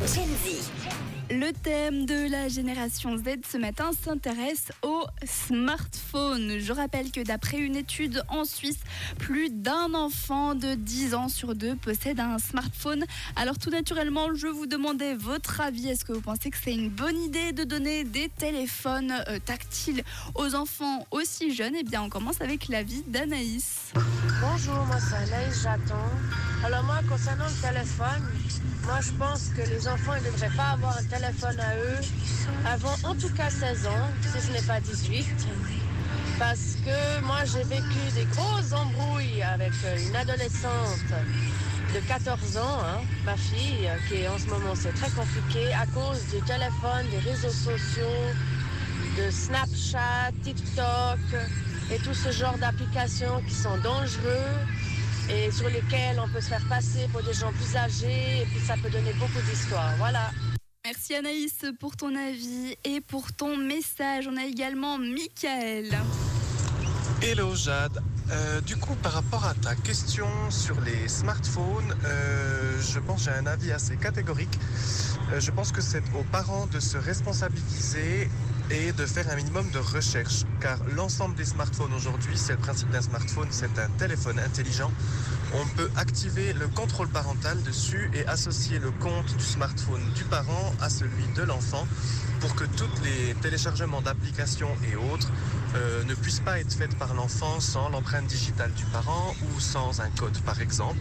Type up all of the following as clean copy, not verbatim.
Gen Z. Le thème de la génération Z ce matin s'intéresse au smartphone. Je rappelle que d'après une étude en Suisse, plus d'un enfant de 10 ans sur 2 possède un smartphone. Alors tout naturellement, je vous demandais votre avis. Est-ce que vous pensez que c'est une bonne idée de donner des téléphones tactiles aux enfants aussi jeunes? Eh bien, on commence avec l'avis d'Anaïs. Bonjour, moi c'est Anaïs Jaton. Alors moi, concernant le téléphone, moi je pense que les enfants ne devraient pas avoir un téléphone à eux avant en tout cas 16 ans, si ce n'est pas 18. Parce que moi j'ai vécu des grosses embrouilles avec une adolescente de 14 ans, ma fille, qui en ce moment c'est très compliqué à cause du téléphone, des réseaux sociaux, de Snapchat, TikTok et tout ce genre d'applications qui sont dangereux et sur lesquelles on peut se faire passer pour des gens plus âgés et puis ça peut donner beaucoup d'histoires. Voilà. Merci Anaïs pour ton avis et pour ton message. On a également Michael. Hello Jade. Du coup, par rapport à ta question sur les smartphones, je pense que j'ai un avis assez catégorique. Je pense que c'est aux parents de se responsabiliser et de faire un minimum de recherche. Car l'ensemble des smartphones aujourd'hui, c'est le principe d'un smartphone, c'est un téléphone intelligent. On peut activer le contrôle parental dessus et associer le compte du smartphone du parent à celui de l'enfant pour que tous les téléchargements d'applications et autres ne puissent pas être faits par l'enfant sans l'empreinte digitale du parent ou sans un code par exemple.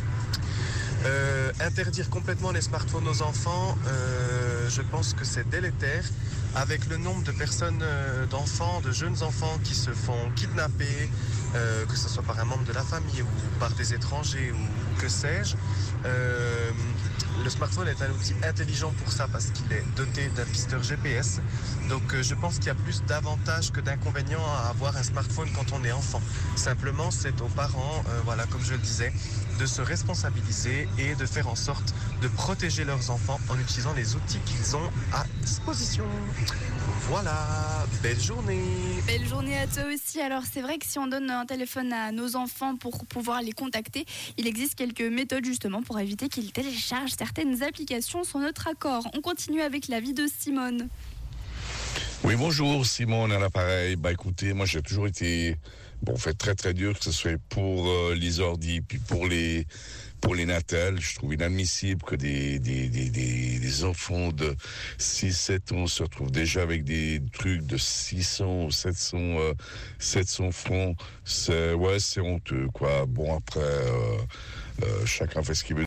Interdire complètement les smartphones aux enfants, je pense que c'est délétère. Avec le nombre de personnes, d'enfants, de jeunes enfants qui se font kidnapper, que ce soit par un membre de la famille ou par des étrangers ou que sais-je, le smartphone est un outil intelligent pour ça parce qu'il est doté d'un pisteur GPS. Donc je pense qu'il y a plus d'avantages que d'inconvénients à avoir un smartphone quand on est enfant. Simplement, c'est aux parents, voilà, comme je le disais, de se responsabiliser et de faire en sorte de protéger leurs enfants en utilisant les outils qu'ils ont à disposition. Voilà, belle journée. Belle journée à toi aussi. Alors c'est vrai que si on donne un téléphone à nos enfants pour pouvoir les contacter, il existe quelques méthodes justement pour éviter qu'ils téléchargent certaines applications sans notre accord. On continue avec l'avis de Simone. Oui, bonjour, Simone à l'appareil. Écoutez, moi j'ai toujours été fait très très dur que ce soit pour les ordi puis pour les natals. Je trouve inadmissible que des enfants de 6-7 ans se retrouvent déjà avec des trucs de 600 ou 700 francs. C'est honteux, quoi. Bon, après, chacun fait ce qu'il veut.